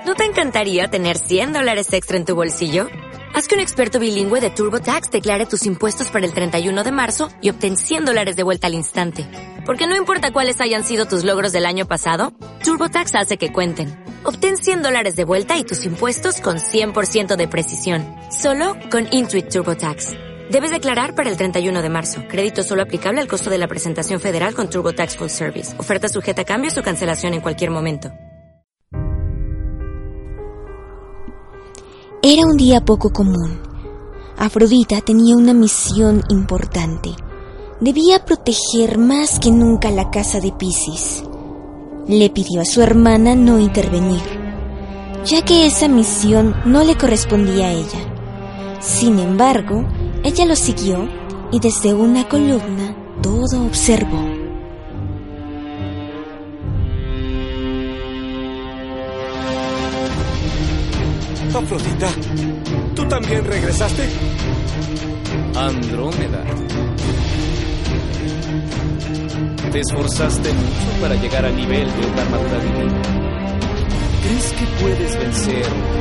¿No te encantaría tener $100 extra en tu bolsillo? Haz que un experto bilingüe de TurboTax declare tus impuestos para el 31 de marzo y obtén $100 de vuelta al instante. Porque no importa cuáles hayan sido tus logros del año pasado, TurboTax hace que cuenten. Obtén $100 de vuelta y tus impuestos con 100% de precisión. Solo con Intuit TurboTax. Debes declarar para el 31 de marzo. Crédito solo aplicable al costo de la presentación federal con TurboTax Full Service. Oferta sujeta a cambios o cancelación en cualquier momento. Era un día poco común. Afrodita tenía una misión importante. Debía proteger más que nunca la casa de Piscis. Le pidió a su hermana no intervenir, ya que esa misión no le correspondía a ella. Sin embargo, ella lo siguió y desde una columna todo observó. Afrodita, ¿tú también regresaste? Andrómeda. Te esforzaste mucho para llegar al nivel de una armadura divina. ¿Crees que puedes vencer?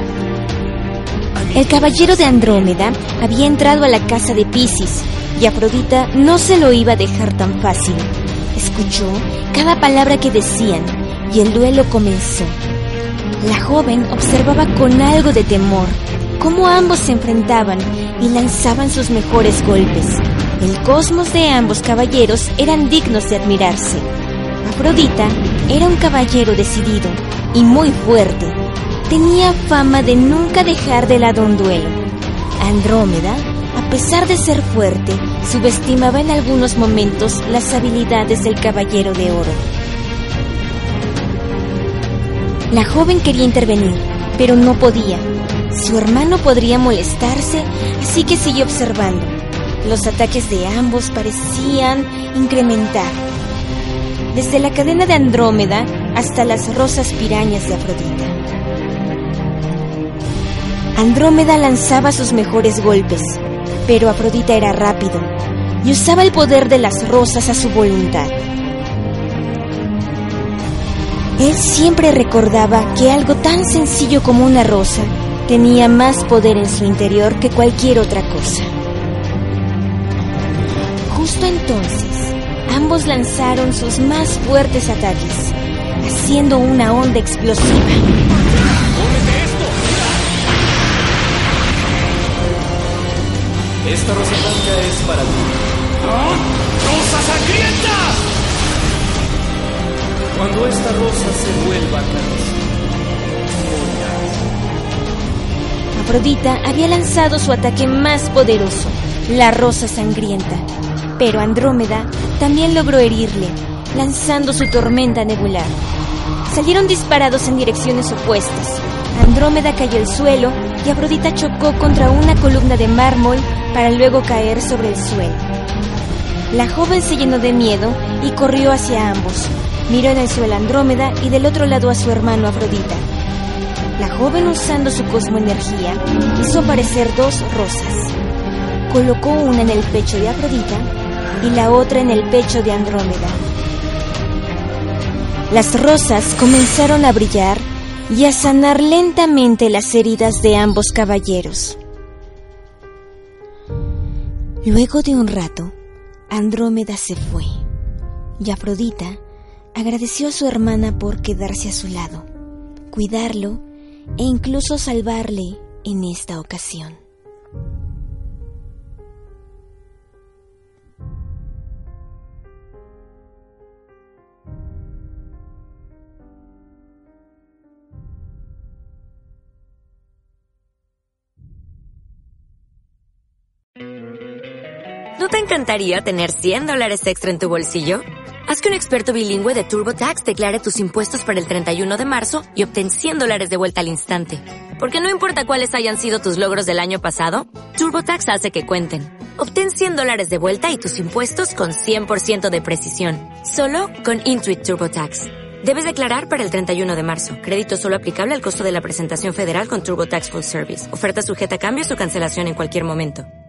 El caballero de Andrómeda había entrado a la casa de Piscis y Afrodita no se lo iba a dejar tan fácil. Escuchó cada palabra que decían y el duelo comenzó. La joven observaba con algo de temor cómo ambos se enfrentaban y lanzaban sus mejores golpes. El cosmos de ambos caballeros eran dignos de admirarse. Afrodita era un caballero decidido y muy fuerte. Tenía fama de nunca dejar de lado un duelo. Andrómeda, a pesar de ser fuerte, subestimaba en algunos momentos las habilidades del caballero de oro. La joven quería intervenir, pero no podía. Su hermano podría molestarse, así que siguió observando. Los ataques de ambos parecían incrementar. Desde la cadena de Andrómeda hasta las rosas pirañas de Afrodita. Andrómeda lanzaba sus mejores golpes, pero Afrodita era rápido y usaba el poder de las rosas a su voluntad. Él siempre recordaba que algo tan sencillo como una rosa tenía más poder en su interior que cualquier otra cosa. Justo entonces, ambos lanzaron sus más fuertes ataques, haciendo una onda explosiva. ¡Cómete esto! Esta rosa blanca es para ti. ¡Rosa sangrienta! Cuando esta rosa se vuelva carnosa, Afrodita había lanzado su ataque más poderoso, la rosa sangrienta, pero Andrómeda también logró herirle, lanzando su tormenta nebular. Salieron disparados en direcciones opuestas. Andrómeda cayó al suelo y Afrodita chocó contra una columna de mármol para luego caer sobre el suelo. La joven se llenó de miedo y corrió hacia ambos. Miró en el suelo a Andrómeda y del otro lado a su hermano Afrodita. La joven, usando su cosmoenergía, hizo aparecer dos rosas. Colocó una en el pecho de Afrodita y la otra en el pecho de Andrómeda. Las rosas comenzaron a brillar y a sanar lentamente las heridas de ambos caballeros. Luego de un rato, Andrómeda se fue y Afrodita agradeció a su hermana por quedarse a su lado, cuidarlo e incluso salvarle en esta ocasión. ¿No te encantaría tener $100 extra en tu bolsillo? Haz que un experto bilingüe de TurboTax declare tus impuestos para el 31 de marzo y obtén $100 de vuelta al instante. Porque no importa cuáles hayan sido tus logros del año pasado, TurboTax hace que cuenten. Obtén $100 de vuelta y tus impuestos con 100% de precisión. Solo con Intuit TurboTax. Debes declarar para el 31 de marzo. Crédito solo aplicable al costo de la presentación federal con TurboTax Full Service. Oferta sujeta a cambios o cancelación en cualquier momento.